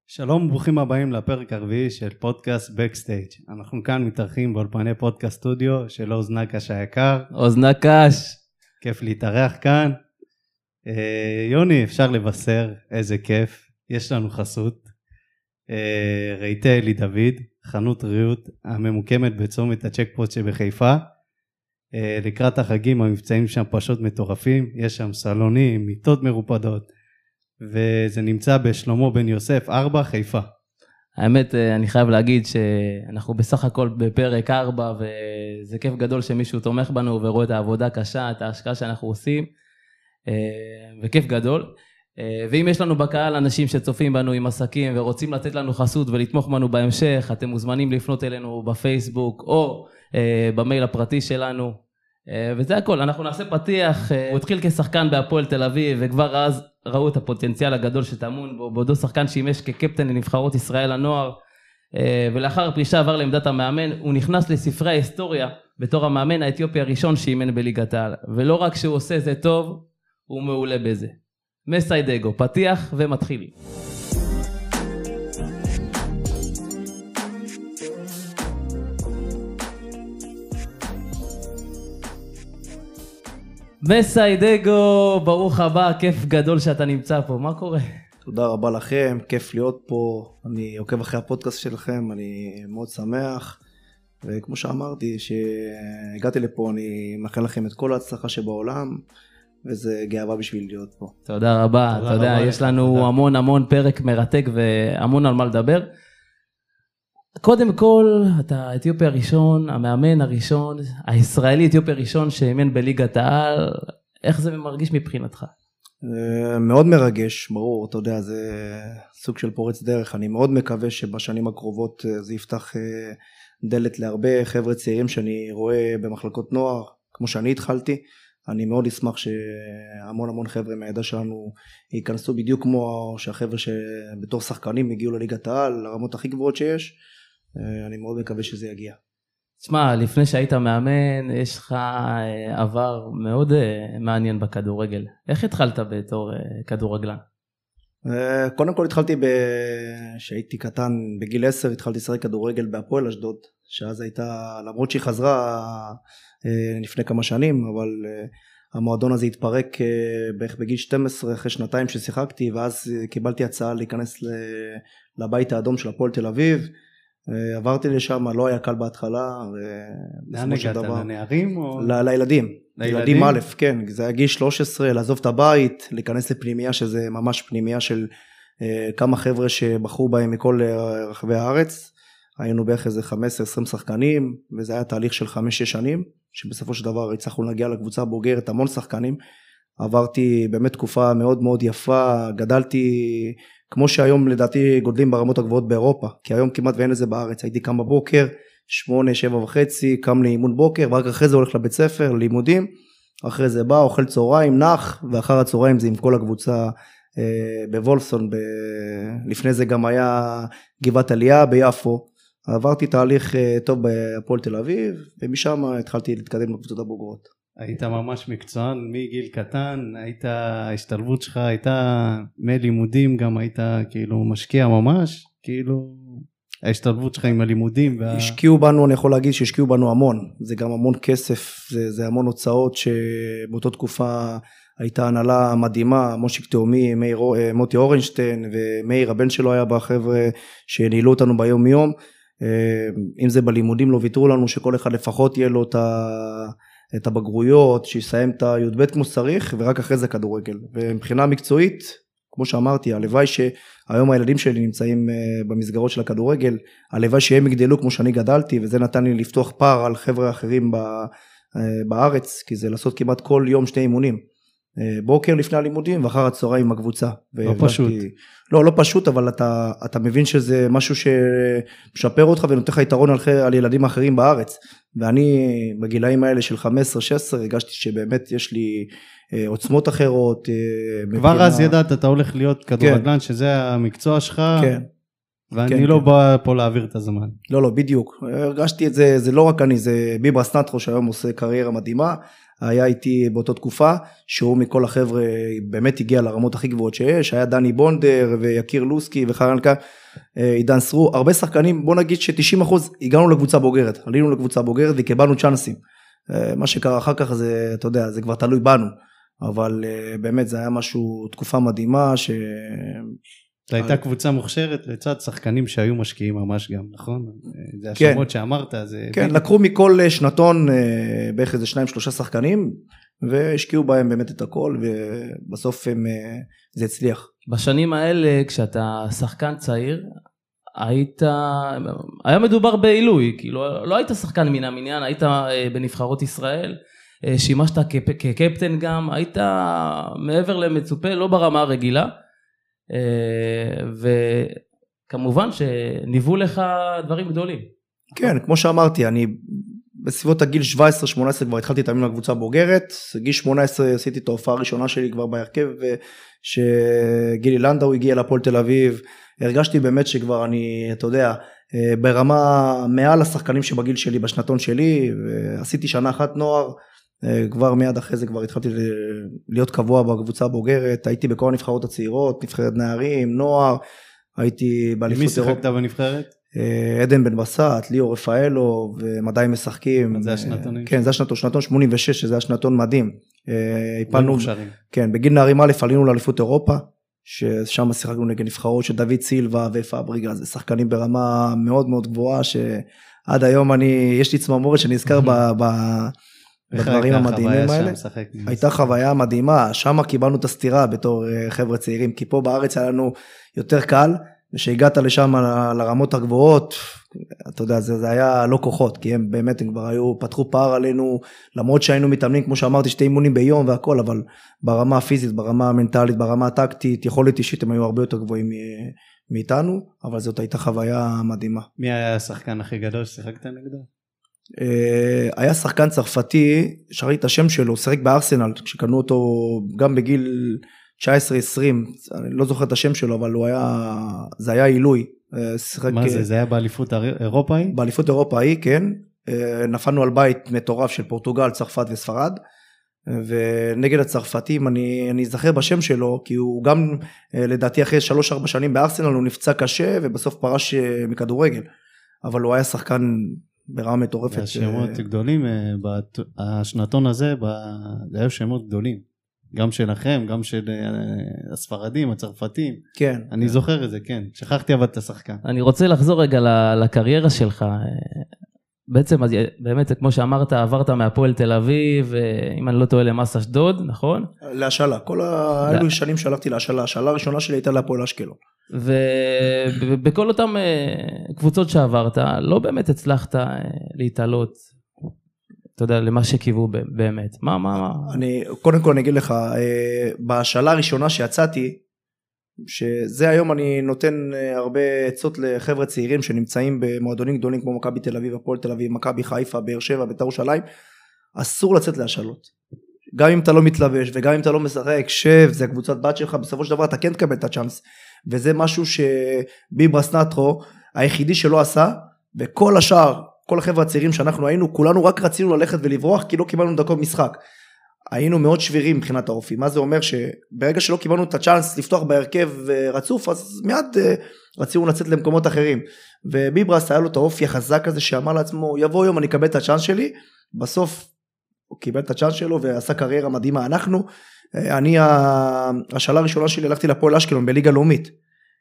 שלום וברוכים הבאים לפרק הרביעי של פודקאסט בקסטייג'. אנחנו כאן מתארחים באולפני פודקאסט סטודיו של עוז נקש היקר. עוז נקש. כיף להתארח כאן. יוני, אפשר לבשר, איזה כיף. יש לנו חסות. ראיתי אלי דוד, חנות ריהוט הממוקמת בצומת הצ'קפוסט שבחיפה. לקראת החגים המבצעים שם פשוט מטורפים. יש שם סלונים, מיטות מרופדות. וזה נמצא בשלמה בן יוסף 4 חיפה. האמת, אני חייב להגיד שאנחנו בסך הכל בפרק 4, וזה כיף גדול שמישהו תומך בנו ורואה את העבודה הקשה, את ההשקעה שאנחנו עושים, וכיף גדול. ואם יש לנו בקהל אנשים שצופים בנו עם עסקים ורוצים לתת לנו חסות ולתמוך בנו בהמשך, אתם מוזמנים לפנות אלינו בפייסבוק או במייל הפרטי שלנו. וזה הכל, אנחנו נעשה פתיח. הוא התחיל כשחקן בהפועל תל אביב, וכבר אז ראו את הפוטנציאל הגדול שטמון בו, בעודו שחקן שימש כקפטן לנבחרות ישראל הנוער, ולאחר הפרישה עבר לעמדת המאמן. הוא נכנס לספרי ההיסטוריה בתור המאמן האתיופי הראשון שאימן בליגת העל, ולא רק שהוא עושה זה טוב, הוא מעולה בזה. מסיידגו, פתיח ומתחילים. מסיידגו, ברוך הבא, כיף גדול שאתה נמצא פה, מה קורה? תודה רבה לכם, כיף להיות פה, אני עוקב אחרי הפודקאסט שלכם, אני מאוד שמח, וכמו שאמרתי, שהגעתי לפה, אני מאחל לכם את כל ההצלחה שבעולם, וזה גאווה בשביל להיות פה. תודה רבה, אתה יודע, יש לנו המון פרק מרתק והמון על מה לדבר. קודם כל, אתה האתיופי הראשון, המאמן הראשון, הישראלי אתיופי הראשון שאימן בליגת העל. איך זה מרגיש מבחינתך? מאוד מרגש, ברור, אתה יודע, זה סוג של פורץ דרך. אני מאוד מקווה שבשנים הקרובות זה יפתח דלת להרבה חבר'ה צעירים שאני רואה במחלקות נוער, כמו שאני התחלתי. אני מאוד אשמח שהמון חבר'ה מהעדה שלנו ייכנסו בדיוק כמו שהחבר'ה שבתור שחקנים הגיעו לליגת העל, לרמות הכי גבוהות שיש. אני מאוד מקווה שזה יגיע. תשמע, לפני שהיית מאמן, יש לך עבר מאוד מעניין בכדורגל. איך התחלת בתור כדורגלן? קודם כל התחלתי שהייתי קטן, בגיל 10 התחלתי לשחק כדורגל בהפועל אשדוד, שאז הייתה, למרות שהיא חזרה לפני כמה שנים, אבל המועדון הזה התפרק בערך בגיל 12 אחרי שנתיים ששיחקתי, ואז קיבלתי הצעה להיכנס לבית האדום של הפועל תל אביב. עברתי לשם, לא היה קל בהתחלה. לאן הגעת? לנערים או? לילדים. לילדים א', כן. זה היה גיל 13, לעזוב את הבית, להיכנס לפנימיה, שזה ממש פנימיה של כמה חבר'ה שבחרו בהם מכל רחבי הארץ. היינו בערך איזה 15-20 שחקנים, וזה היה תהליך של 5-6 שנים, שבסופו של דבר הצלחנו להגיע לקבוצה בוגרת, המון שחקנים. עברתי באמת תקופה מאוד מאוד יפה, גדלתי כמו שהיום לדעתי גודלים ברמות הגבוהות באירופה, כי היום כמעט ואין לזה בארץ. הייתי קם בבוקר, 8-7:30, קם לאימון בוקר, ורק אחרי זה הולך לבית ספר, לימודים, אחרי זה בא, אוכל צהריים, נח, ואחר הצהריים זה עם כל הקבוצה בוולפסון, לפני זה גם היה גבעת עלייה ביפו. עברתי תהליך טוב בהפועל תל אביב, ומשם התחלתי להתקדם לקבוצות הבוגרות. היית ממש מקצוען מגיל קטן, ההשתלבות שלך הייתה מלימודים, גם היית כאילו משקיע ממש, כאילו ההשתלבות שלך עם הלימודים. השקיעו בנו, אני יכול להגיד שהשקיעו בנו המון, זה גם המון כסף, זה המון הוצאות שבאותה תקופה הייתה הנהלה מדהימה, מושיק תאומי, מוטי אורנשטיין ומאיר הבן שלו היה בחבר'ה שניהלו אותנו ביום יום. אם זה בלימודים לא ויתרו לנו שכל אחד לפחות יהיה לו את הבגרויות, שיסיים את הי"ב כמו שצריך, ורק אחרי זה כדורגל. ומבחינה מקצועית, כמו שאמרתי, הלוואי שהיום הילדים שלי נמצאים במסגרות של הכדורגל, הלוואי שהם יגדלו כמו שאני גדלתי, וזה נתן לי לפתוח פער על חבר'ה אחרים בארץ, כי זה לעשות כמעט כל יום 2 אימונים. בוקר לפני הלימודים, ואחר הצהריים עם הקבוצה. לא פשוט. לא פשוט, אבל אתה מבין שזה משהו שמשפר אותך, ונותן לך יתרון על ילדים אחרים בארץ. ואני בגילאים האלה של 15-16, הרגשתי שבאמת יש לי עוצמות אחרות. כבר אז ידעת, אתה הולך להיות כדורגלן, שזה המקצוע שלך. כן. ואני לא בא פה להעביר את הזמן. לא, בדיוק. הרגשתי את זה, זה לא רק אני, זה ביברה סנטרו שהיום עושה קריירה מדהימה. היה איתי באותה תקופה, שהוא מכל החבר'ה באמת הגיע לרמות הכי גבוהות שיש, היה דני בונדר ויקיר לוסקי וחרנקה, עידן סרו, הרבה שחקנים, בוא נגיד ש90% הגענו לקבוצה בוגרת, עלינו לקבוצה בוגרת וקיבלנו צ'אנסים, מה שקרה אחר כך זה, אתה יודע, זה כבר תלוי בנו, אבל באמת זה היה משהו, תקופה מדהימה ש... זו הייתה קבוצה מוכשרת לצד שחקנים שהיו משקיעים ממש גם, נכון? זה השמות שאמרת. כן, לקחו מכל שנתון בערך איזה 2-3 שחקנים, והשקיעו בהם באמת את הכל, ובסוף זה הצליח. בשנים האלה, כשאתה שחקן צעיר, היה מדובר בעילוי, כאילו לא היית שחקן מן המניין, היית בנבחרות ישראל, שימשת כקפטן גם, היית מעבר למצופה, לא ברמה הרגילה, וכמובן שניבאו לך דברים גדולים. כן, כמו שאמרתי, אני בסביבות הגיל 17-18 כבר התחלתי להתאמן לקבוצה בוגרת, גיל 18 עשיתי את ההופעה הראשונה שלי כבר בהרכב, שגילי לנדאו הגיע לפועל תל אביב, הרגשתי באמת שכבר אני, אתה יודע, ברמה מעל השחקנים שבגיל שלי, בשנתון שלי, ועשיתי שנה אחת נוער, כבר מיד אחרי זה כבר התחלתי להיות קבוע בקבוצה הבוגרת, הייתי בכל הנבחרות הצעירות, נבחרת נערים, נוער, הייתי באליפות אירופה. מי שיחקת בנבחרת? עדן בן בסט, ליאור רפאלו, ומדי משחקים. זה השנתונים? כן, זה שנתון 86, שזה השנתון מדהים. כן, בגיל נערים א' עלינו לאליפות אירופה, ששם שיחקנו נגד נבחרות של דוד סילבה ופאבריגה, זה שחקנים ברמה מאוד מאוד גבוהה, שעד היום יש לי צמרמורת שנזכר בדברים המדהימים האלה. הייתה חוויה מדהימה, שם קיבלנו את הסתירה בתור חבר'ה צעירים, כי פה בארץ היה לנו יותר קל, ושהגעת לשם לרמות הגבוהות, אתה יודע, זה היה לא כוחות, כי הם באמת הם כבר פתחו פער עלינו, למרות שהיינו מתאמנים, כמו שאמרתי, 2 אימונים ביום והכל, אבל ברמה הפיזית, ברמה המנטלית, ברמה הטקטית, יכולת אישית, הם היו הרבה יותר גבוהים מאיתנו, אבל זאת הייתה חוויה מדהימה. מי היה השחקן הכי גדול ששיחקת נגדו? היה שחקן צרפתי, שרי את השם שלו, שיחק בארסנל, שקנו אותו גם בגיל 19-20, אני לא זוכר את השם שלו, אבל זה היה עילוי. מה זה? זה היה באליפות אירופה ההיא? באליפות אירופה ההיא, כן. נפלנו על בית מטורף של פורטוגל, צרפת וספרד, ונגד הצרפתים אני אזכר בשם שלו, כי הוא גם לדעתי אחרי 3-4 שנים בארסנל, הוא נפצע קשה, ובסוף פרש מכדורגל. אבל הוא היה שחקן ברמה מטורפת. השמות גדולים, השנתון הזה, זה היו שמות גדולים. גם שלכם, גם של הספרדים, הצרפתים. כן. אני זוכר את זה, כן. שכחתי אבל את השחקן. אני רוצה לחזור רגע לקריירה שלך. בעצם, באמת, כמו שאמרת, עברת מהפועל תל אביב, אם אני לא טועה למס אשדוד, נכון? להשאלה. כל האלו שנים שהלכתי להשאלה. השאלה הראשונה שלי הייתה להפועל אשקלון. ובכל אותם קבוצות שעברת, לא באמת הצלחת להתעלות, אתה יודע, למה שקיוו באמת. מה? קודם כל אני אגיד לך, בהשאלה הראשונה שיצאתי, שזה היום אני נותן הרבה עצות לחבר'ה צעירים שנמצאים במועדונים גדולים כמו מכבי תל אביב, הפועל תל אביב, מכבי חיפה, באר שבע, בית"ר ירושלים, אסור לצאת להשאלות. גם אם אתה לא מתלבש וגם אם אתה לא משחק, זה הקבוצת בת שלך, בסופו של דבר אתה כן תקבל את הצ'אנס. וזה משהו שביברס נטרו, היחידי שלא עשה, וכל השאר, כל החבר'ה הצעירים שאנחנו היינו, כולנו רק רצינו ללכת ולברוח, כי לא קיבלנו דקות משחק. היינו מאוד שבירים מבחינת האופי. מה זה אומר? שברגע שלא קיבלנו את הצ'אנס לפתוח בהרכב רצוף, אז מיד רצינו לצאת למקומות אחרים. וביברס היה לו את האופי החזק הזה, שאמר לעצמו, יבוא יום אני אקבל את הצ'אנס שלי, בסוף הוא קיבל את הצ'אנס שלו, ועשה קריירה מדהימה. אני, השאלה הראשונה שלי, הלכתי לפועל אשקלון, בליגה לאומית.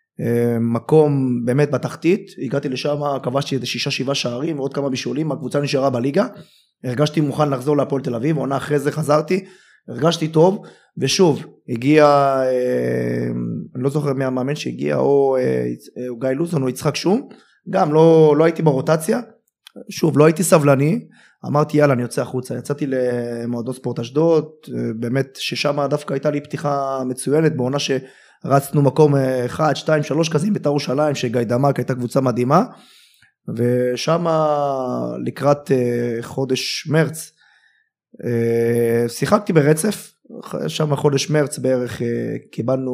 מקום באמת בתחתית, הגעתי לשם, כבשתי איזה 6-7 שערים, ועוד כמה בישולים, הקבוצה נשארה בליגה, הרגשתי מוכן לחזור להפועל תל אביב, עונה אחרי זה חזרתי, הרגשתי טוב, ושוב, הגיע, אני לא זוכר מי המאמן שהגיע, או גיא לוזון, או יצחק שום, גם לא הייתי ברוטציה, שוב, לא הייתי סבלני, אמרתי יאללה, אני יוצא החוצה, יצאתי למועדון ספורט אשדוד, באמת ששם דווקא הייתה לי פתיחה מצוינת, בעונה רצנו מקום 1, 2, 3 כזה עם בית"ר ירושלים, שגיא דמק הייתה קבוצה מדהימה, ושם לקראת חודש מרץ, שיחקתי ברצף, שם חודש מרץ בערך קיבלנו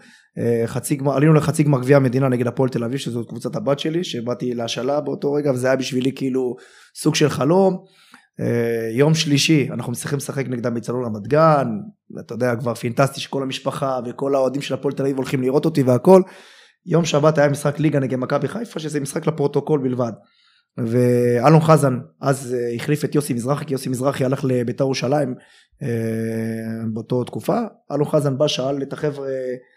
עלינו לחצי גמר גביע המדינה נגד הפועל תל אביב, שזאת קבוצת הבת שלי, שבאתי להשאלה באותו רגע, וזה היה בשבילי כאילו סוג של חלום, יום שלישי, אנחנו צריכים לשחק נגדם באצטדיון רמת גן, ואתה יודע, כבר פינטסטי שכל המשפחה וכל האוהדים של הפועל תל אביב הולכים לראות אותי והכל. יום שבת היה משחק ליגה נגד מכבי חיפה, שזה משחק לפרוטוקול בלבד. ואלון חזן אז החליף את יוסי מזרחי, כי יוסי מזרחי הלך לבית"ר ירושלים באותו תקופה. אלון חזן בא, שאל את החבר'ה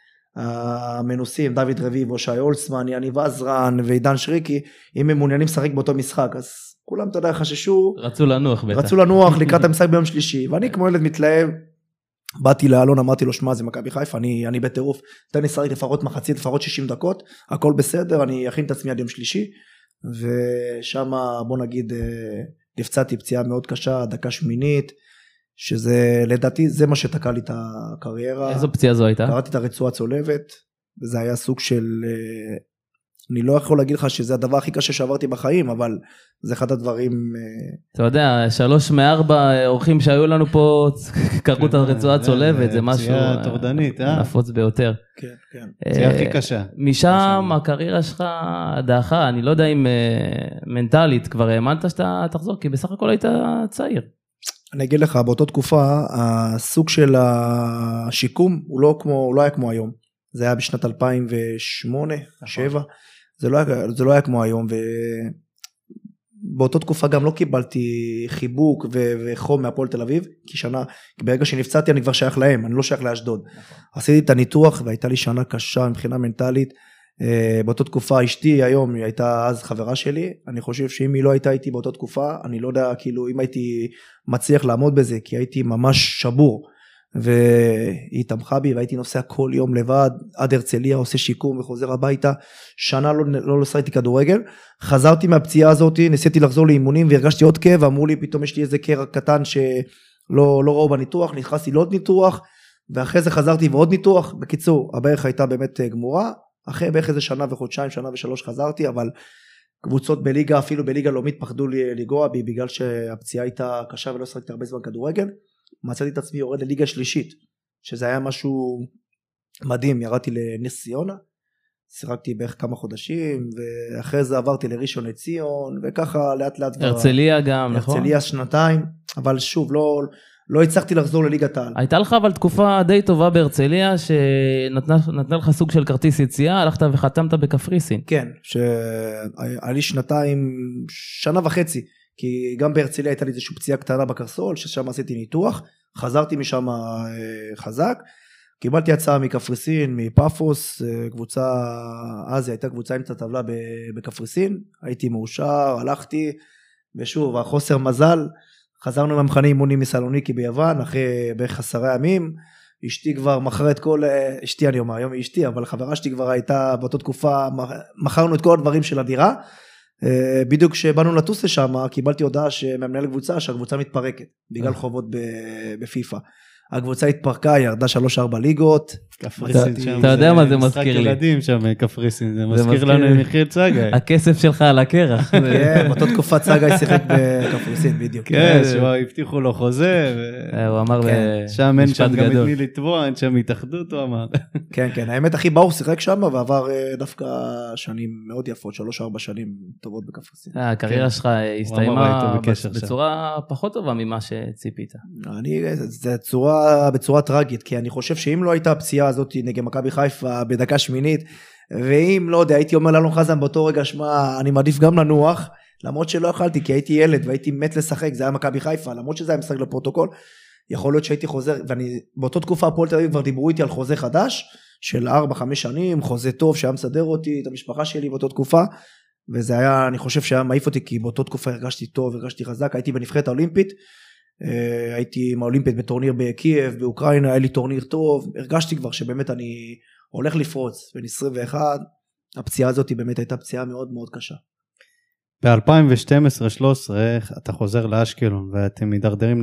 המנוסים, דוד רביבו, שי אולסמן, יניב עזרן ועידן שריקי, אם הם מעוניינים לשחק באותו משחק, אז כולם, אתה יודע, חששו. רצו לנוח לקראת המשחק ביום שלישי, ואני כמו ילד מתלהב, באתי לאלון, אמרתי לו, שמע, זה מכבי חיפה, אני בטירוף, תן לי שחק לפחות מחצית, לפחות 60 דקות, הכל בסדר, אני אכין את עצמי עד יום שלישי, ושם, בוא נגיד, נפצעתי פציעה מאוד קשה, דקה שמינית, שזה, לדעתי, זה מה שתקע לי את הקריירה. איזו פציעה זו הייתה? קראתי את הרצועה צולבת, וזה היה סוג של, אני לא יכול להגיד לך שזה הדבר הכי קשה שעברתי בחיים, אבל זה אחד הדברים. אתה יודע, 3 מ-4 אורחים שהיו לנו פה, קראו את הרצועה הצולבת, זה משהו טורדנית, נפוץ ביותר. כן, כן. פציעה הכי קשה. משם הקריירה שלך דעכה, אני לא יודע אם מנטלית כבר האמנת שאתה תחזור, כי בסך הכל היית צעיר. אני אגיד לך, באותה תקופה, הסוג של השיקום הוא לא היה כמו היום. זה היה בשנת 2008, 2007, זה לא היה כמו היום, ובאותה תקופה גם לא קיבלתי חיבוק וחום מהפועל תל אביב, כי ברגע שנפצעתי אני כבר שייך להם, אני לא שייך לאשדוד. עשיתי את הניתוח והייתה לי שנה קשה מבחינה מנטלית, באותה תקופה אשתי היום היא הייתה אז חברה שלי, אני חושב שאם היא לא הייתה איתי באותה תקופה, אני לא יודע כאילו אם הייתי מצליח לעמוד בזה, כי הייתי ממש שבור, והיא תמכה בי והייתי נוסע כל יום לבד, עד הרצליה עושה שיקום וחוזר הביתה, שנה לא שחקתי כדורגל, חזרתי מהפציעה הזאת, ניסיתי לחזור לאימונים והרגשתי עוד כאב, ואמרו לי פתאום יש לי איזה קרע קטן שלא ראו בניתוח, נכנסתי לעוד ניתוח, ואחרי זה חזרתי ועוד ניתוח, בקיצור הברך הייתה באמת גמורה, אחרי בערך איזה שנה וחודשיים, שנה ושלוש חזרתי, אבל קבוצות בליגה, אפילו בליגה לאומית פחדו לגוע בי, בגלל שהפציעה הייתה קשה ולא שחקתי הרבה זמן כדורגל, מצאתי את עצמי יורד לליגה שלישית, שזה היה משהו מדהים, ירדתי לנס ציונה, שיחקתי בערך כמה חודשים, ואחרי זה עברתי לראשון לציון, וככה לאט לאט. הרצליה גם, נכון? הרצליה שנתיים, אבל שוב, לא הצלחתי לחזור לליגת העל. הייתה לך אבל תקופה די טובה בהרצליה, שנתנה לך סוג של כרטיס יציאה, הלכת וחתמת בקפריסין. כן, שהיה לי שנה וחצי, כי גם בהרצליה הייתה לי איזושהי פציעה קטנה בקרסול, ששם עשיתי ניתוח, חזרתי משם חזק, קיבלתי הצעה מקפריסין, מפאפוס, קבוצה, אז הייתה קבוצה עם הטבלה בקפריסין, הייתי מאושר, הלכתי, ושוב, החוסר מזל, חזרנו מהמחנה אימונים מסלוניקי ביוון, אחרי בערך 10 ימים, אשתי כבר מכרה את כל, אשתי אני אומר, היום היא אשתי, אבל חברה שלי כבר הייתה באותה תקופה, מכרנו את כל הדברים של הדירה, בדיוק כשבאנו לטוס לשם, קיבלתי הודעה מהמנהל קבוצה, שהקבוצה מתפרקת, בגלל חובות בפיפה. הקבוצה התפרקה, ירדה 3-4 ליגות. אתה יודע מה זה מזכיר לי? משחק ילדים שם, קפריסין, זה מזכיר לנו עם יחיאל צגאי. הכסף שלך על הקרח. כן, באותה תקופה צגאי שיחק בקפריסין, בדיוק. כן, הבטיחו לו חוזה. הוא אמר שם אין שם גם את מי לתבוע, אין שם התאחדות, הוא אמר. כן, כן, האמת הכי באור שיחק שם, ועבר דווקא שנים מאוד יפות, 3-4 שנים טובות בקפריסין. הקריירה שלך הסתיימה בצורה פחות טובה ממה שציפית. זה בצורה טרגית, כי אני חושב שאם לא הייתה הפציעה הזאת נגד מכבי חיפה בדקה שמינית, ואם לא יודע, הייתי אומר לאלון חזן באותו רגע, שמע, אני מעדיף גם לנוח, למרות שלא יכלתי, כי הייתי ילד והייתי מת לשחק, זה היה מכבי חיפה, למרות שזה היה משחק לפרוטוקול, יכול להיות שהייתי חוזר, ואני באותה תקופה הפועל תל אביב כבר דיברו איתי על חוזה חדש, של 4-5 שנים, חוזה טוב שהיה מסדר אותי, את המשפחה שלי באותה תקופה, וזה היה, אני חושב שהיה מעיף אותי, כי באותה תקופה הרגשתי טוב, הרגשתי חזק, הייתי בנבחרת האולימפית, הייתי עם האולימפית בטורניר בקייב, באוקראינה, היה לי טורניר טוב, הרגשתי כבר שבאמת אני הולך לפרוץ, בין 21, הפציעה הזאת באמת הייתה פציעה מאוד מאוד קשה. ב-2012-2013 אתה חוזר לאשקלון, ואתם מדרדרים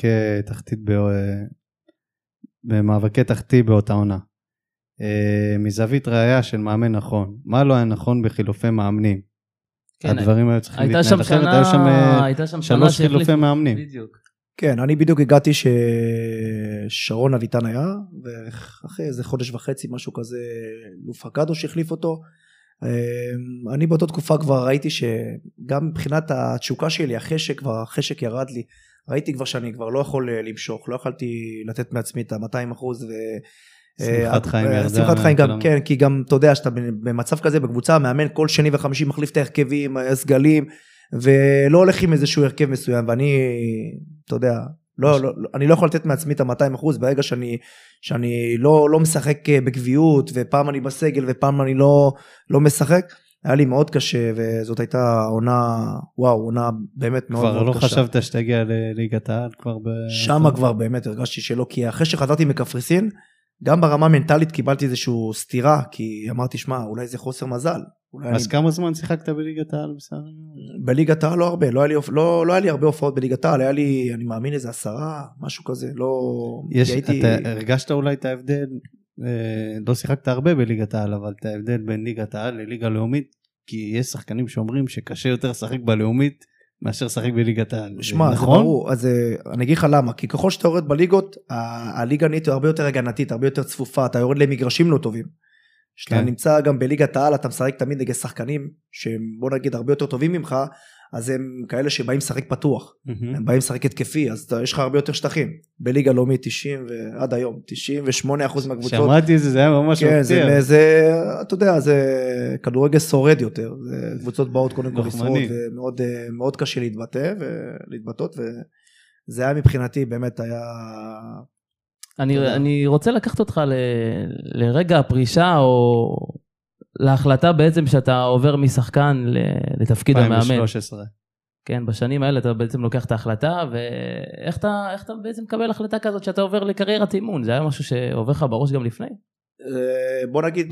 במאבקי תחתית באותה עונה. מזווית ראייה של מאמן נכון, מה לא היה נכון בחילופי מאמנים? הדברים היו צריכים להתנהל אחרת, היו שם 3 חילופי מאמנים. בדיוק. כן, אני בדיוק הגעתי ששרון אביטן היה, ואחרי איזה חודש וחצי, משהו כזה, לופקדו שהחליף אותו, אני באותה תקופה כבר ראיתי שגם מבחינת התשוקה שלי, אחרי שכבר החשק ירד לי, ראיתי כבר שאני כבר לא יכול למשוך, לא יכולתי לתת מעצמי את ה-200%. שמחת חיים ירדה. שמחת חיים גם, כן, כי גם אתה יודע שאתה במצב כזה בקבוצה, המאמן כל שני וחמישי מחליף את ההרכבים, הסגלים, ולא הולך עם איזשהו הרכב מסוים, ואני, אתה יודע, אני לא יכול לתת מעצמי את ה-200% ברגע שאני לא משחק בגביעות, ופעם אני בסגל ופעם אני לא משחק, היה לי מאוד קשה, וזאת הייתה עונה, וואו, עונה באמת מאוד מאוד קשה. כבר לא חשבת שתגיע לליגת העל כבר שם כבר באמת הרגשתי שלא, כי אחרי שחזרתי מקפריסין, גם ברמה מנטלית קיבלתי איזשהו סתירה, כי אמרתי, שמע, אולי זה חוסר מזל. אז כמה זמן שיחקת בליגת העל? בליגת העל לא הרבה, לא היה לי הרבה הופעות בליגת העל, היה לי, אני מאמין, איזה 10, משהו כזה, לא... אתה הרגשת אולי את ההבדל, לא שיחקת הרבה בליגת העל, אבל את ההבדל בין ליגת העל לליגה לאומית, כי יש שחקנים שאומרים שקשה יותר לשחק בלאומית, מאשר לשחק בליגת העל. שמע, זה ברור, אז אני אגיד לך למה, כי ככל שאתה יורד בליגות, הליגה נהיית הרבה יותר הגנתית, הרבה יותר צפופה, אתה יורד למגרשים לא טובים. כשאתה נמצא גם בליגת העל, אתה משחק תמיד נגד שחקנים, שהם בוא נגיד הרבה יותר טובים ממך, אז הם כאלה שבאים לשחק פתוח, הם באים לשחק התקפי, אז יש לך הרבה יותר שטחים. בליגה לאומית 90 ועד היום, 98% מהקבוצות. שמעתי את זה, זה היה ממש מפתיע. כן, זה, אתה יודע, זה כדורגל שורד יותר, קבוצות באות קודם כל לשרוד, ומאוד קשה להתבטאות, וזה היה מבחינתי, באמת היה... אני רוצה לקחת אותך לרגע הפרישה, או להחלטה בעצם שאתה עובר משחקן לתפקיד המאמן. 2013. כן, בשנים האלה אתה בעצם לוקח את ההחלטה, ואיך אתה בעצם מקבל החלטה כזאת שאתה עובר לקריירת אימון? זה היה משהו שעובר לך בראש גם לפני? בוא נגיד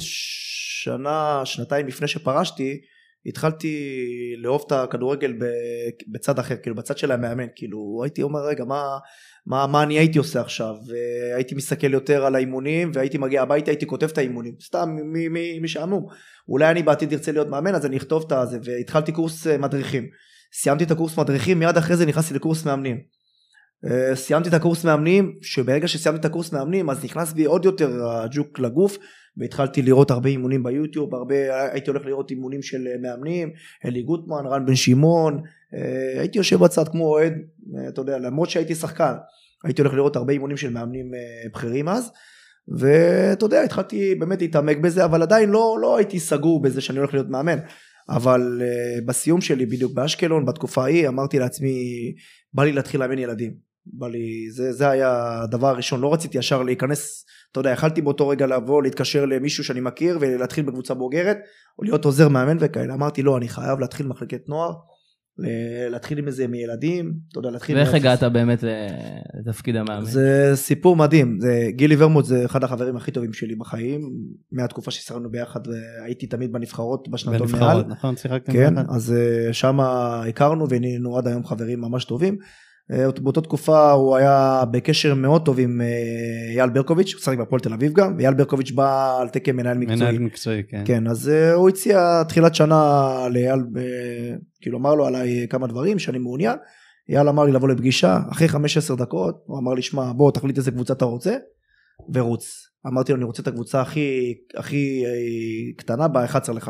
שנתיים לפני שפרשתי, התחלתי לאהוב את הכדורגל בצד אחר, כאילו בצד של המאמן, כאילו הייתי אומר רגע מה אני הייתי עושה עכשיו, והייתי מסתכל יותר על האימונים, והייתי מגיע הביתה, הייתי כותב את האימונים, סתם מי שאמור, אולי אני בעתיד ארצה להיות מאמן, אז אני אכתוב את זה, והתחלתי קורס מדריכים, סיימתי את הקורס מדריכים, מיד אחרי זה נכנסתי לקורס מאמנים, סיימתי את הקורס מאמנים, שברגע שסיימתי את הקורס מאמנים, אז נכנס בי עוד יותר הג'וק לגוף, והתחלתי לראות הרבה אימונים ביוטיוב, הייתי הולך לראות אימונים של מאמנים, אלי גוטמן, רן בן שמעון, הייתי יושב בצד כמו אוהד, אתה יודע, למרות שהייתי שחקן, הייתי הולך לראות הרבה אימונים של מאמנים בכירים אז, ואתה יודע, התחלתי באמת להתעמק בזה, אבל עדיין לא הייתי סגור בזה שאני הולך להיות מאמן, אבל בסיום שלי בדיוק באשקלון, בתקופה ההיא, אמרתי לעצמי, בא לי להתחיל לאמן ילדים, זה היה הדבר הראשון, לא רציתי ישר להיכנס, אתה יודע, יכלתי באותו רגע לבוא, להתקשר למישהו שאני מכיר, ולהתחיל בקבוצה בוגרת, או להיות עוזר מאמן וכאלה, אמרתי לא, אני חייב להתחיל מחלקת נוער, להתחיל עם איזה מילדים, אתה יודע, להתחיל... ואיך הגעת באמת לתפקיד המאמן? זה סיפור מדהים, גילי ורמוט זה אחד החברים הכי טובים שלי בחיים, מהתקופה ששחקנו ביחד, והייתי תמיד בנבחרות בשנתון מעל. בנבחרות, נכון, שיחקתם כן, אז שם הכרנו, והיינו עד היום חברים ממש טובים, באותה תקופה הוא היה בקשר מאוד טוב עם אייל ברקוביץ', הוא שחק בהפועל תל אביב גם, ואייל ברקוביץ' בא על תקן מנהל מקצועי. מנהל מקצועי, כן. כן, אז הוא הציע תחילת שנה לאייל, כאילו אמר לו עליי כמה דברים שאני מעוניין, אייל אמר לי לבוא לפגישה, אחרי 15 דקות, הוא אמר לי, שמע, בוא תחליט איזה קבוצה אתה רוצה, ורוץ. אמרתי לו, אני רוצה את הקבוצה הכי קטנה ב-11-11.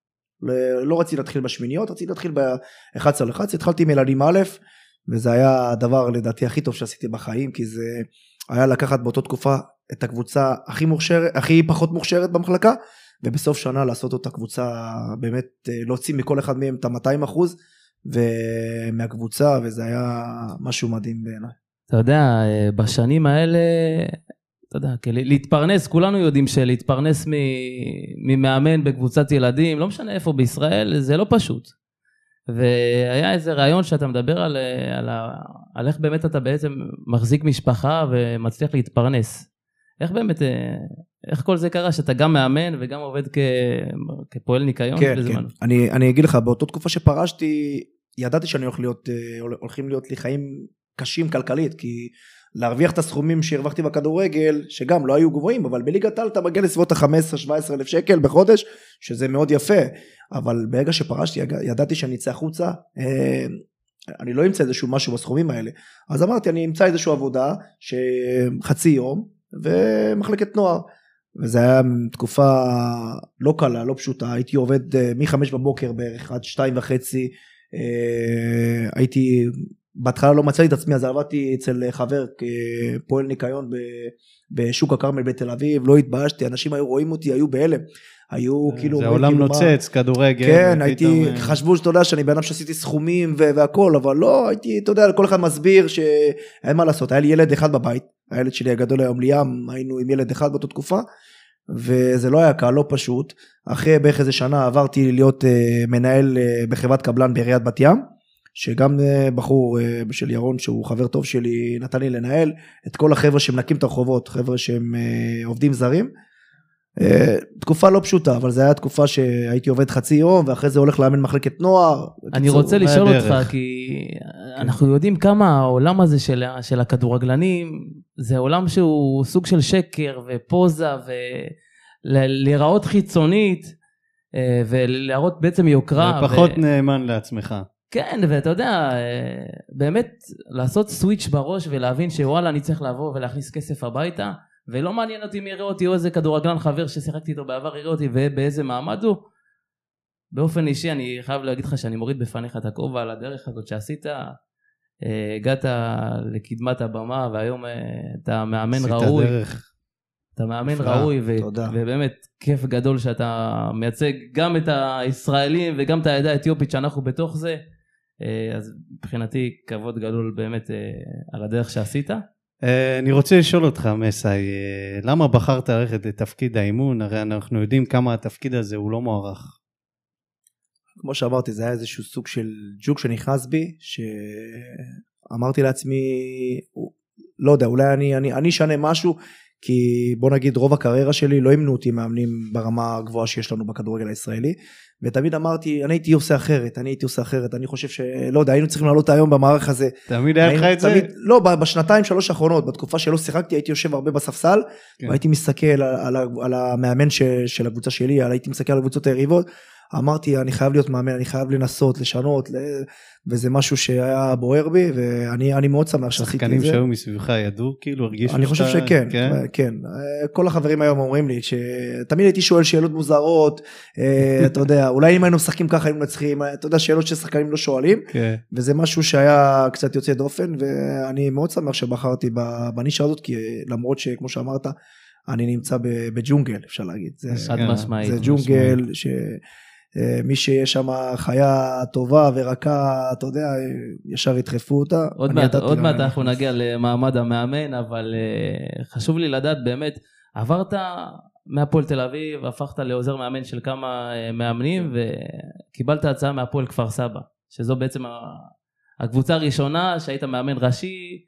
לא רציתי להתחיל בשמיניות, רציתי להתחיל ב-11-11, התחלתי עם ילדים א', וזה היה הדבר לדעתי הכי טוב שעשיתי בחיים, כי זה היה לקחת באותה תקופה את הקבוצה הכי פחות מוכשרת במחלקה, ובסוף שנה לעשות אותה קבוצה, באמת להוציא מכל אחד מהם את ה-200% ומהקבוצה, וזה היה משהו מדהים בעיניי. אתה יודע, בשנים האלה, אתה יודע, להתפרנס, כולנו יודעים שלהתפרנס ממאמן בקבוצת ילדים, לא משנה איפה בישראל, זה לא פשוט. והיה איזה רעיון שאתה מדבר על איך באמת אתה בעצם מחזיק משפחה ומצליח להתפרנס. איך באמת, איך כל זה קרה שאתה גם מאמן וגם עובד כפועל ניקיון? כן, כן. אני אגיד לך, באותה תקופה שפרשתי, ידעתי שאני הולכים להיות לי חיים קשים כלכלית, כי להרוויח את הסכומים שהרווחתי בכדורגל, שגם לא היו גבוהים, אבל בליגת העל אתה מגיע לסביבות ה-15-17 אלף שקל בחודש, שזה מאוד יפה, אבל ברגע שפרשתי, ידעתי שאני אצא החוצה, אני לא אמצא איזשהו משהו בסכומים האלה, אז אמרתי, אני אמצא איזשהו עבודה, שחצי יום, ומחלקת נוער, וזה היה תקופה לא קלה, לא פשוטה, הייתי עובד מ-5 בבוקר בערך עד 2:30, הייתי, בהתחלה לא מצאתי את עצמי, אז עבדתי אצל חבר פועל ניקיון בשוק הכרמל בתל אביב, לא התביישתי, אנשים היו רואים אותי, היו בהלם, היו כאילו... זה עולם נוצץ, כדורגל. כן, הייתי, חשבו שאתה יודע שאני בענף שעשיתי סכומים והכל, אבל לא, הייתי, אתה יודע, כל אחד מסביר שאין מה לעשות, היה לי ילד אחד בבית, הילד שלי הגדול היום ליאם, היינו עם ילד אחד באותה תקופה, וזה לא היה קל, לא פשוט, אחרי בערך איזה שנה עברתי להיות מנהל בחברת קבלן בעיריית בת ים, שגם בחור של ירון שהוא חבר טוב שלי נתן לי לנהל את כל החבר'ה שמנקים את הרחובות, חבר'ה שהם עובדים זרים, תקופה לא פשוטה, אבל זו הייתה תקופה שהייתי עובד חצי יום, ואחרי זה הולך לאמן מחלקת נוער. אני רוצה לשאול אותך, כי אנחנו יודעים כמה העולם הזה של הכדורגלנים, זה עולם שהוא סוג של שקר ופוזה, ולהיראות חיצונית, ולהראות בעצם יוקרה. ופחות נאמן לעצמך. כן, ואתה יודע, באמת לעשות סוויץ' בראש, ולהבין שוואלה אני צריך לבוא ולהכניס כסף הביתה, ולא מעניין אותי מי יראה אותי, או איזה כדורגלן חבר ששיחקתי איתו בעבר יראה אותי, ובאיזה מעמד הוא. באופן אישי אני חייב להגיד לך שאני מוריד בפניך את הכובע על הדרך הזאת שעשית, הגעת לקדמת הבמה, והיום אתה מאמן ראוי. אתה מאמן ראוי, ובאמת כיף גדול שאתה מייצג גם את הישראלים, וגם את העדה האתיופית שאנחנו בתוך זה, אז מבחינתי כבוד גדול באמת על הדרך שעשית. אני רוצה לשאול אותך, מסי, למה בחרת ללכת לתפקיד האימון? הרי אנחנו יודעים כמה התפקיד הזה הוא לא מוערך. כמו שאמרתי, זה היה איזשהו סוג של ג'וק שנכנס בי, שאמרתי לעצמי, לא יודע, אולי אני אשנה משהו, כי בוא נגיד רוב הקריירה שלי לא אימנו אותי מאמנים ברמה הגבוהה שיש לנו בכדורגל הישראלי, ותמיד אמרתי, אני הייתי עושה אחרת, אני חושב שלא יודע, היינו צריכים לעלות היום במערך הזה. תמיד היה לך את זה? לא, בשנתיים 3 האחרונות, בתקופה שלא שיחקתי, הייתי יושב הרבה בספסל, והייתי מסתכל על המאמן של הקבוצה שלי, הייתי מסתכל על הקבוצות היריבות, אמרתי, אני חייב להיות מאמן, אני חייב לנסות, לשנות, וזה משהו שהיה בוער בי, ואני מאוד שמח שעשיתי את זה. שחקנים שהיו מסביבך ידעו, כאילו הרגישו אני חושב שכן, כן. כל החברים היום אומרים לי, שתמיד הייתי שואל שאלות מוזרות, אתה יודע, אולי אם היינו משחקים ככה, היינו מצליחים, אתה יודע, שאלות ששחקנים לא שואלים, וזה משהו שהיה קצת יוצא דופן, ואני מאוד שמח שבחרתי בנישה הזאת, כי למרות שכמו שאמרת, אני נמצא בג'ונגל, אפשר להגיד. זה ג'ונגל מי שיש שם חיה טובה ורכה, אתה יודע, ישר ידחפו אותה. עוד מעט אנחנו נגיע למעמד המאמן, אבל חשוב לי לדעת באמת, עברת מהפועל תל אביב, הפכת לעוזר מאמן של כמה מאמנים, וקיבלת הצעה מהפועל כפר סבא, שזו בעצם הקבוצה הראשונה שהיית מאמן ראשי,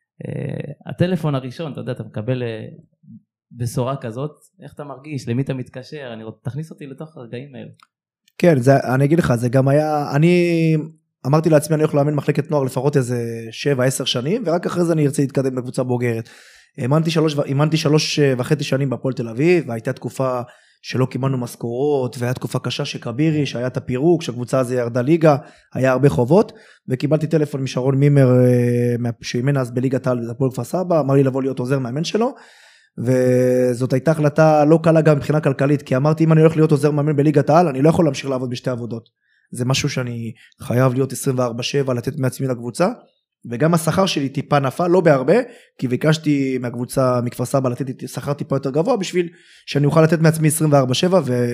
הטלפון הראשון, אתה יודע, אתה מקבל בשורה כזאת, איך אתה מרגיש, למי אתה מתקשר, תכניס אותי לתוך הרגעים האלה. כן, אני אגיד לך, זה גם היה, אני אמרתי לעצמי, אני הולך לאמן מחלקת נוער לפחות איזה 7-10 שנים, ורק אחרי זה אני ארצה להתקדם בקבוצה בוגרת. אימנתי 3.5 שנים בפועל תל אביב, והייתה תקופה שלא קיבלנו משכורות, והייתה תקופה קשה שקבירי, שהיה את הפירוק, שהקבוצה הזו ירדה ליגה, היה הרבה חובות, וקיבלתי טלפון משרון מימר, שאימן אז בליגת העל בפועל כפר סבא, אמר לי לבוא להיות עוזר מאמן שלו, וזאת הייתה החלטה לא קלה גם מבחינה כלכלית, כי אמרתי אם אני הולך להיות עוזר מאמן בליגת העל, אני לא יכול להמשיך לעבוד בשתי עבודות, זה משהו שאני חייב להיות 24/7, לתת מעצמי לקבוצה, וגם השכר שלי טיפה נפל, לא בהרבה, כי ביקשתי מהקבוצה מכפר סבא לתת שכר טיפה יותר גבוה, בשביל שאני אוכל לתת מעצמי 24/7,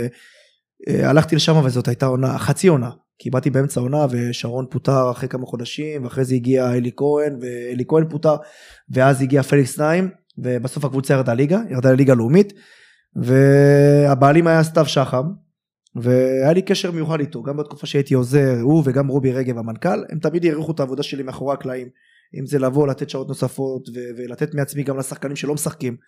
והלכתי לשם וזאת הייתה עונה, חצי עונה, כי באתי באמצע עונה, ושרון פוטר אחרי כמה חודשים, ואחרי זה הגיע אלי כהן, ואלי כהן פוטר, ואז הגיע פליקס נעים, ובסוף הקבוצה ירדה לליגה לאומית, והבעלים היה סתיו שחם, והיה לי קשר מיוחד איתו, גם בתקופה שהייתי עוזר, הוא וגם רובי רגב המנכ"ל, הם תמיד יעריכו את העבודה שלי מאחורי הקלעים, אם זה לבוא, לתת שעות נוספות, ולתת מעצמי גם לשחקנים שלא משחקים,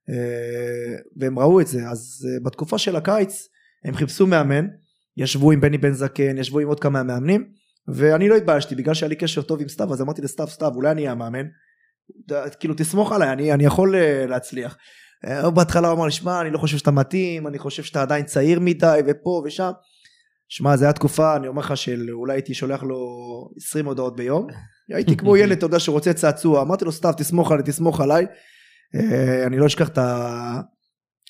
והם ראו את זה, אז בתקופה של הקיץ, הם חיפשו מאמן, ישבו עם בני בן זקן, ישבו עם עוד כמה מאמנים, ואני לא התביישתי, בגלל שהיה לי קשר טוב עם סתיו, אז אמרתי לסתיו, אולי אני המאמן, כאילו תסמוך עליי, אני יכול להצליח. בהתחלה הוא אמר לי, שמע, אני לא חושב שאתה מתאים, אני חושב שאתה עדיין צעיר מדי, ופה ושם. שמע, זה היה תקופה, אני אומר לך, שאולי הייתי שולח לו 20 הודעות ביום, הייתי כמו ילד, אתה יודע, שרוצה צעצוע, אמרתי לו, סתיו, תסמוך עליי, אני לא אשכח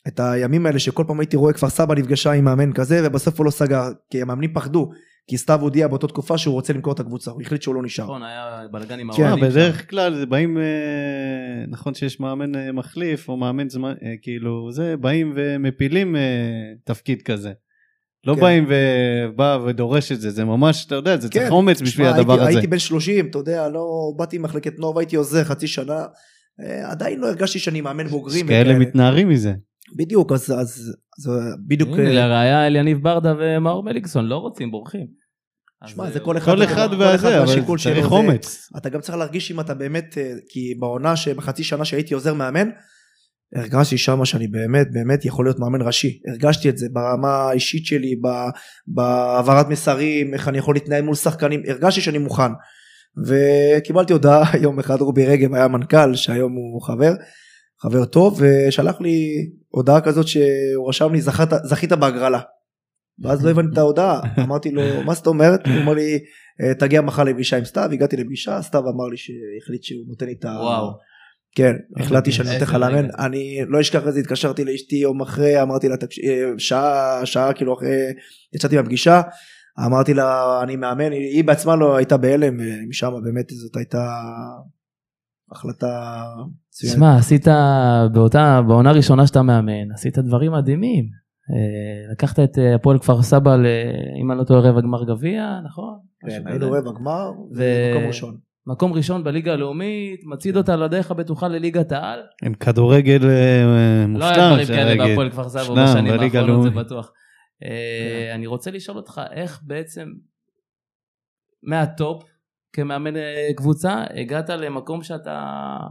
את הימים האלה שכל פעם הייתי רואה כפר סבא נפגשה עם מאמן כזה, ובסוף הוא לא סגר, כי המאמנים פחדו, כי סתיו הודיע באותה תקופה שהוא רוצה למכור את הקבוצה, הוא החליט שהוא לא נשאר. נכון, היה בלגן עם האוהדים. בדרך כלל זה באים, נכון שיש מאמן מחליף, או מאמן זמן, כאילו זה, באים ומפילים תפקיד כזה. לא באים ובא ודורש את זה, זה ממש, אתה יודע, זה צריך אומץ בשביל הדבר הזה. הייתי בן 30, אתה יודע, לא באתי מחלקת נוער, הייתי עוזר חצי שנה, עדיין לא הרגשתי שאני מאמן בוגרים. כאלה מתנערים מזה. בדיוק, אז בדיוק... לראיה אליניב ברדה ומאור מליקסון, לא רוצים, בורחים. שמע, זה כל אחד והזה, אבל צריך אומץ. אתה גם צריך להרגיש אם אתה באמת, כי בעונה בחצי שנה שהייתי עוזר מאמן, הרגשתי שמה שאני באמת יכול להיות מאמן ראשי. הרגשתי את זה ברמה האישית שלי, בעברת מסרים, איך אני יכול להתנהל מול שחקנים, הרגשתי שאני מוכן. וקיבלתי הודעה, יום אחד רובי רגב היה מנכ"ל, שהיום הוא חבר טוב, ושלח לי הודעה כזאת שהוא רשם לי, זכית בהגרלה. ואז לא הבנתי את ההודעה, אמרתי לו, מה זאת אומרת? הוא אמר לי, תגיע מחר לפגישה עם סתיו, הגעתי לפגישה, סתיו אמר לי שהחליט שהוא נותן לי את ה... וואו. כן, החלטתי שאני נותן לך לאמן, אני לא אשכח את זה, התקשרתי לאשתי יום אחרי, אמרתי לה, שעה כאילו אחרי, יצאתי מהפגישה, אמרתי לה, אני מאמן, היא בעצמה לא הייתה בהלם, ומשם באמת זאת הייתה החלטה... תשמע, עשית בעונה ראשונה שאתה מאמן, עשית דברים מדהימים, לקחת את הפועל כפר סבא, אם אני לא טועה רבע גמר גביע, נכון? כן, היינו רבע גמר, ומקום ראשון. מקום ראשון בליגה הלאומית, מצעיד אותה לדרך הבטוחה לליגת העל. עם כדורגל מושלם. לא היה דברים כאלה בהפועל כפר סבא בשנים האחרונות, זה בטוח. אני רוצה לשאול אותך, איך בעצם מהטופ, כמאמן קבוצה, הגעת למקום שאתה,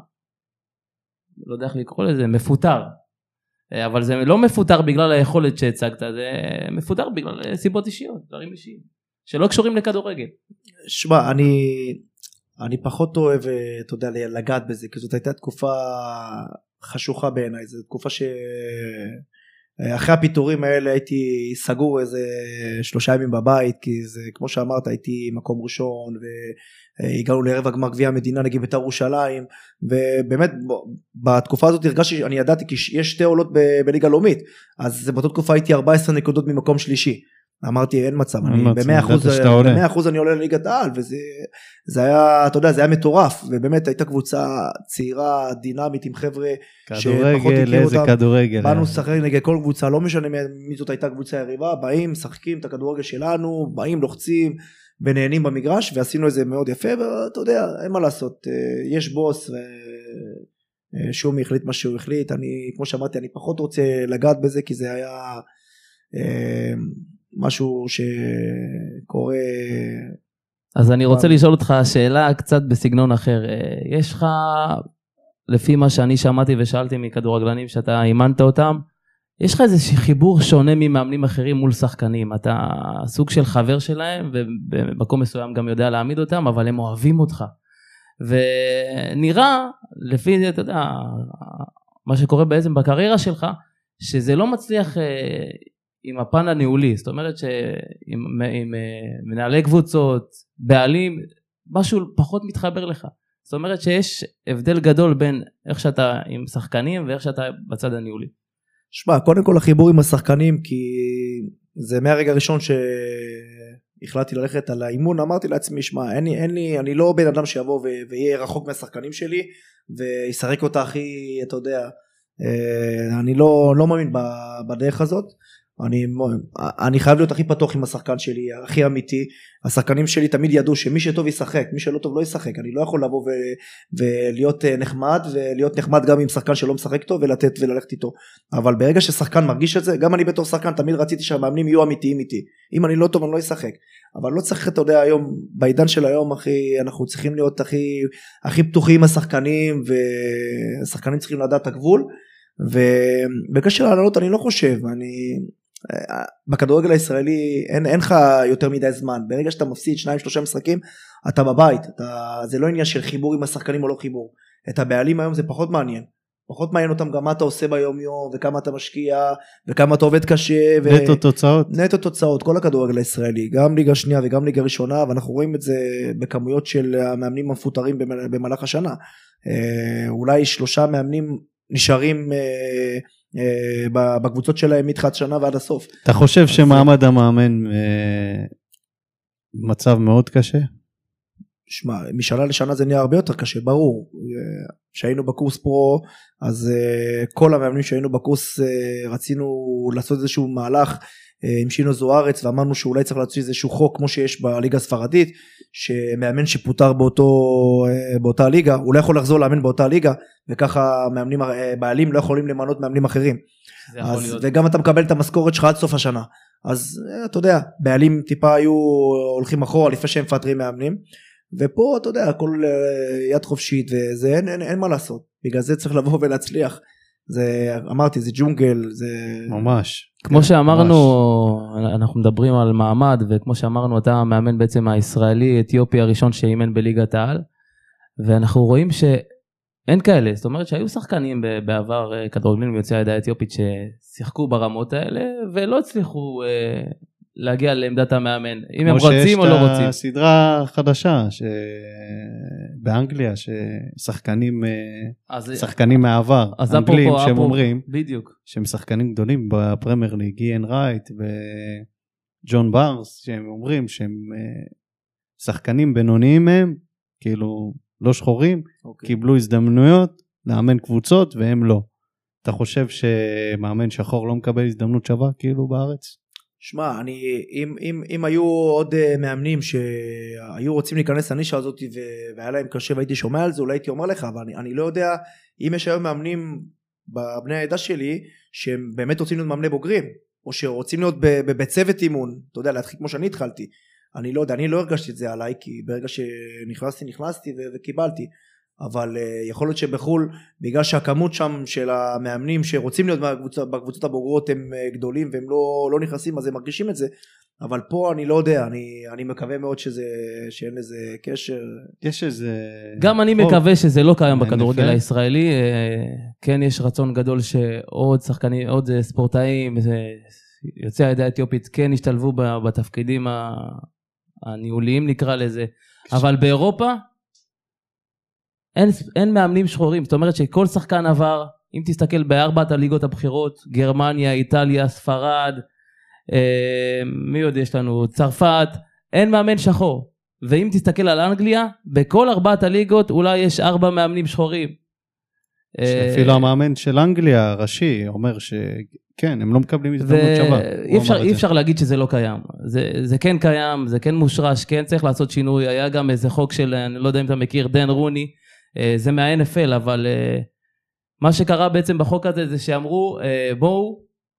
לא יודע איך לקרוא לזה, מפוטר. אבל זה לא מפוטר בגלל היכולת שהצגת, זה מפוטר בגלל סיבות אישיות, דברים אישיים, שלא קשורים לכדורגל. שמע, אני פחות אוהב, אתה יודע, לגעת בזה, כי זאת הייתה תקופה חשוכה בעיניי, זו תקופה אחרי הפיטורים האלה הייתי סגור איזה 3 ימים בבית, כי זה כמו שאמרת, הייתי מקום ראשון, והגענו לערב הגמר גביע המדינה נגד בית"ר ירושלים, ובאמת בתקופה הזאת הרגשתי, אני ידעתי כי יש 2 עולות בליגה לאומית, אז באותה תקופה הייתי 14 נקודות ממקום שלישי, אמרתי אין מצב, ב-100% אני עולה לליגת העל, וזה היה, אתה יודע, זה היה מטורף, ובאמת הייתה קבוצה צעירה, דינמית, עם חבר'ה כדורגל, איזה כדורגל. באנו לשחק נגד כל קבוצה, לא משנה מי זאת הייתה קבוצה יריבה, באים, משחקים את הכדורגל שלנו, באים, לוחצים, ונהנים במגרש, ועשינו את זה מאוד יפה, ואתה יודע, אין מה לעשות, יש בוס, ושום החליט מה שהוא החליט, כמו שאמרתי, אני פחות רוצה לגעת בזה, כי זה היה... משהו שקורה. אז אני רוצה לשאול אותך שאלה קצת בסגנון אחר. יש לך, לפי מה שאני שמעתי ושאלתי מכדורגלנים שאתה אימנת אותם, יש לך איזה חיבור שונה ממאמנים אחרים מול שחקנים. אתה סוג של חבר שלהם, ובמקום מסוים גם יודע להעמיד אותם, אבל הם אוהבים אותך. ונראה, לפי, אתה יודע, מה שקורה בעצם בקריירה שלך, שזה לא מצליח... עם הפן הניהולי, זאת אומרת שעם מנהלי קבוצות, בעלים, משהו פחות מתחבר לך. זאת אומרת שיש הבדל גדול בין איך שאתה עם שחקנים ואיך שאתה בצד הניהולי. שמע, קודם כל החיבור עם השחקנים, כי זה מהרגע הראשון שהחלטתי ללכת על האימון, אמרתי לעצמי, שמע, אני לא בן אדם שיבוא ויהיה רחוק מהשחקנים שלי, וישחק אותה הכי, אתה יודע, אני לא מאמין בדרך הזאת, אני חייב להיות הכי פתוח עם השחקן שלי, הכי אמיתי. השחקנים שלי תמיד ידעו שמי שטוב ישחק, מי שלא טוב לא ישחק. אני לא יכול לבוא ולהיות נחמד, ולהיות נחמד גם עם שחקן שלא משחק טוב, ולתת וללכת איתו. אבל ברגע ששחקן מרגיש את זה, גם אני בתור שחקן תמיד רציתי שהמאמנים יהיו אמיתיים איתי. אם אני לא טוב אני לא אשחק. אבל לא צריך, אתה יודע, היום, בעידן של היום, אנחנו צריכים להיות הכי פתוחים עם השחקנים, והשחקנים צריכים לדעת את הגבול. ובקשר לעלות אני לא חושב, בכדורגל הישראלי אין לך יותר מדי זמן, ברגע שאתה מפסיד 2-3 משחקים אתה בבית, זה לא עניין של חיבור עם השחקנים או לא חיבור, את הבעלים היום זה פחות מעניין אותם גם מה אתה עושה ביום יום, וכמה אתה משקיע, וכמה אתה עובד קשה, נטו תוצאות, כל הכדורגל הישראלי, גם ליגה שנייה וגם ליגה ראשונה, ואנחנו רואים את זה בכמויות של המאמנים המפוטרים במהלך השנה, אולי 3 מאמנים נשארים בקבוצות שלהם מתחילת שנה ועד הסוף. אתה חושב שמעמד המאמן מצב מאוד קשה? שמע, משנה לשנה זה נהיה הרבה יותר קשה, ברור. כשהיינו בקורס פרו, אז כל המאמנים שהיינו בקורס רצינו לעשות איזשהו מהלך עם שינו זוארץ, ואמרנו שאולי צריך להוציא איזשהו חוק כמו שיש בליגה הספרדית, שמאמן שפוטר באותה ליגה, הוא לא יכול לחזור לאמן באותה ליגה, וככה בעלים לא יכולים למנות מאמנים אחרים. וגם אתה מקבל את המשכורת שלך עד סוף השנה. אז אתה יודע, בעלים טיפה היו הולכים אחורה לפני שהם מפטרים מאמנים, ופה אתה יודע, הכל יד חופשית, וזה אין מה לעשות. בגלל זה צריך לבוא ולהצליח. זה, אמרתי, זה ג'ונגל, זה... ממש. כמו שאמרנו, אנחנו מדברים על מעמד, וכמו שאמרנו, אתה מאמן בעצם הישראלי, אתיופי הראשון שאימן בליגת העל, ואנחנו רואים שאין כאלה, זאת אומרת שהיו שחקנים בעבר כדורגלנים מיוצאי העדה האתיופית ששיחקו ברמות האלה, ולא הצליחו להגיע לעמדת המאמן, אם הם רוצים או לא רוצים. כמו שיש את הסדרה חדשה באנגליה, ששחקנים מהעבר, אנגלים שהם אומרים, שהם שחקנים גדולים בפרמייר ליג, איין רייט וג'ון בארס, שהם אומרים שהם שחקנים בינוניים מהם, כאילו לא שחורים, קיבלו הזדמנויות לאמן קבוצות והם לא. אתה חושב שמאמן שחור לא מקבל הזדמנות שווה כאילו בארץ? שמע, אם היו עוד מאמנים שהיו רוצים להיכנס לנישה הזאת והיה להם קשה והייתי שומע על זה, אולי הייתי אומר לך, אבל אני לא יודע אם יש היום מאמנים בבני העדה שלי שהם באמת רוצים להיות מאמני בוגרים, או שרוצים להיות בצוות אימון, אתה יודע, להתחיל כמו שאני התחלתי. אני לא יודע, אני לא הרגשתי את זה עליי, כי ברגע שנכנסתי וקיבלתי, אבל יכול להיות שבחול, בגלל שהכמות שם של המאמנים שרוצים להיות בקבוצות הבוגרות הם גדולים והם לא נכנסים, אז הם מרגישים את זה, אבל פה אני לא יודע, אני מקווה מאוד שאין לזה קשר. יש איזה... גם אני מקווה שזה לא קיים בכדורגל הישראלי, כן יש רצון גדול שעוד שחקנים, עוד ספורטאים, יוצאי העדה האתיופית כן השתלבו בתפקידים הניהוליים נקרא לזה, אבל באירופה אין מאמנים שחורים, זאת אומרת שכל שחקן עבר, אם תסתכל בארבעת הליגות הבכירות, גרמניה, איטליה, ספרד, מי עוד יש לנו? צרפת, אין מאמן שחור. ואם תסתכל על אנגליה, בכל ארבעת הליגות אולי יש 4 מאמנים שחורים. שאפילו המאמן של אנגליה הראשי אומר שכן, הם לא מקבלים הזדמנות שווה. אי אפשר להגיד שזה לא קיים. זה כן קיים, זה כן מושרש, כן צריך לעשות שינוי. היה גם איזה חוק של, אני לא יודע אם אתה מכיר, דן רוני, זה מה-NFL, אבל מה שקרה בעצם בחוק הזה זה שאמרו, בואו,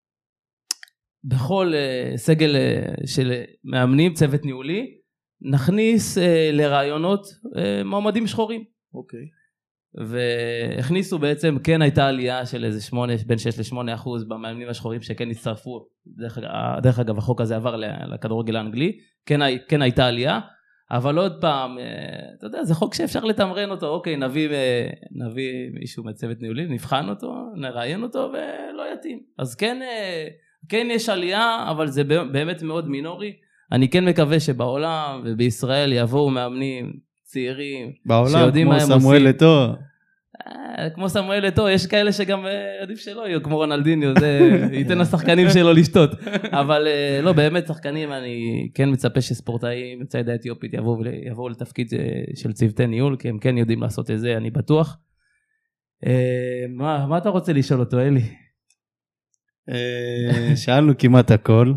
בכל סגל של מאמנים, צוות ניהולי, נכניס לרעיונות מועמדים שחורים. אוקיי. והכניסו בעצם, כן הייתה עלייה של איזה בין 6-8% במאמנים השחורים שכן הצטרפו, דרך אגב החוק הזה עבר לכדורגל האנגלי, כן הייתה עלייה, אבל עוד פעם, אתה יודע, זה חוק שאפשר לתמרן אותו, אוקיי, נביא מישהו מצוות ניהולי, נבחן אותו, נראיין אותו ולא יתאים. אז כן יש עלייה, אבל זה באמת מאוד מינורי. אני כן מקווה שבעולם ובישראל יבואו מאמנים צעירים, בעולם, כמו סמואל אתו. כמו סמואל אתו, יש כאלה שגם עדיף שלא יהיו, כמו רונלדיניו, זה ייתן לשחקנים שלו לשתות. אבל לא, באמת שחקנים, אני כן מצפה שספורטאים, יוצאי העדה האתיופית יבואו לתפקיד של צוותי ניהול, כי הם כן יודעים לעשות את זה, אני בטוח. מה אתה רוצה לשאול אותו, אלי? שאלנו כמעט הכל.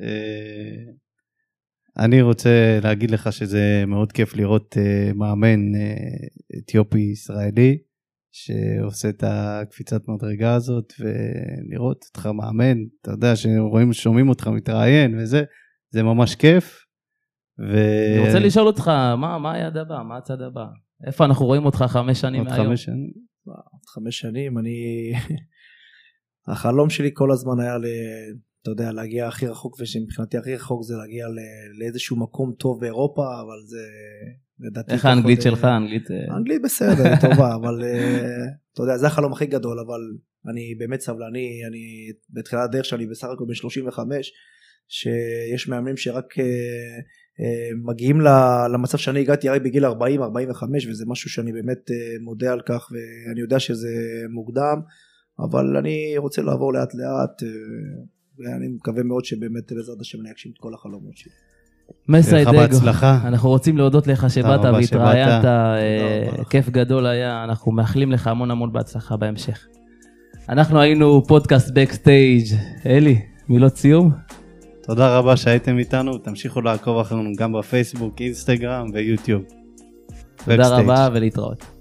אני רוצה להגיד לך שזה מאוד כיף לראות מאמן אתיופי ישראלי, שעושה את הקפיצת מדרגה הזאת, ולראות אותך מאמן, אתה יודע שומעים אותך מתראיין וזה, זה ממש כיף. אני רוצה לשאול אותך, מה היעד הבא, מה הצד הבא? איפה אנחנו רואים אותך 5 שנים מהיום? עוד 5 שנים? עוד 5 שנים, החלום שלי כל הזמן היה אתה יודע, להגיע הכי רחוק, ושמבחינתי הכי רחוק זה להגיע לאיזשהו מקום טוב באירופה, אבל זה לדעתי... איך האנגלית שלך? האנגלית בסדר, טובה, אבל אתה יודע, זה החלום הכי גדול, אבל אני באמת סבלני, אני בתחילת הדרך שאני בסך הכל ב-35, שיש מאמנים שרק מגיעים למצב שאני הגעתי הרי בגיל 40-45, וזה משהו שאני באמת מודה על כך, ואני יודע שזה מוקדם, אבל אני רוצה לעבור לאט לאט, ואני מקווה מאוד שבאמת בעזרת השם אני אגשים את כל החלומות שלי. מסיידגו, אנחנו רוצים להודות לך שבאת והתראיינת, כיף גדול היה, אנחנו מאחלים לך המון המון בהצלחה בהמשך. אנחנו היינו פודקאסט בקסטייג'. אלי, מילות סיום? תודה רבה שהייתם איתנו, תמשיכו לעקוב אחרינו גם בפייסבוק, אינסטגרם ויוטיוב. תודה רבה ולהתראות.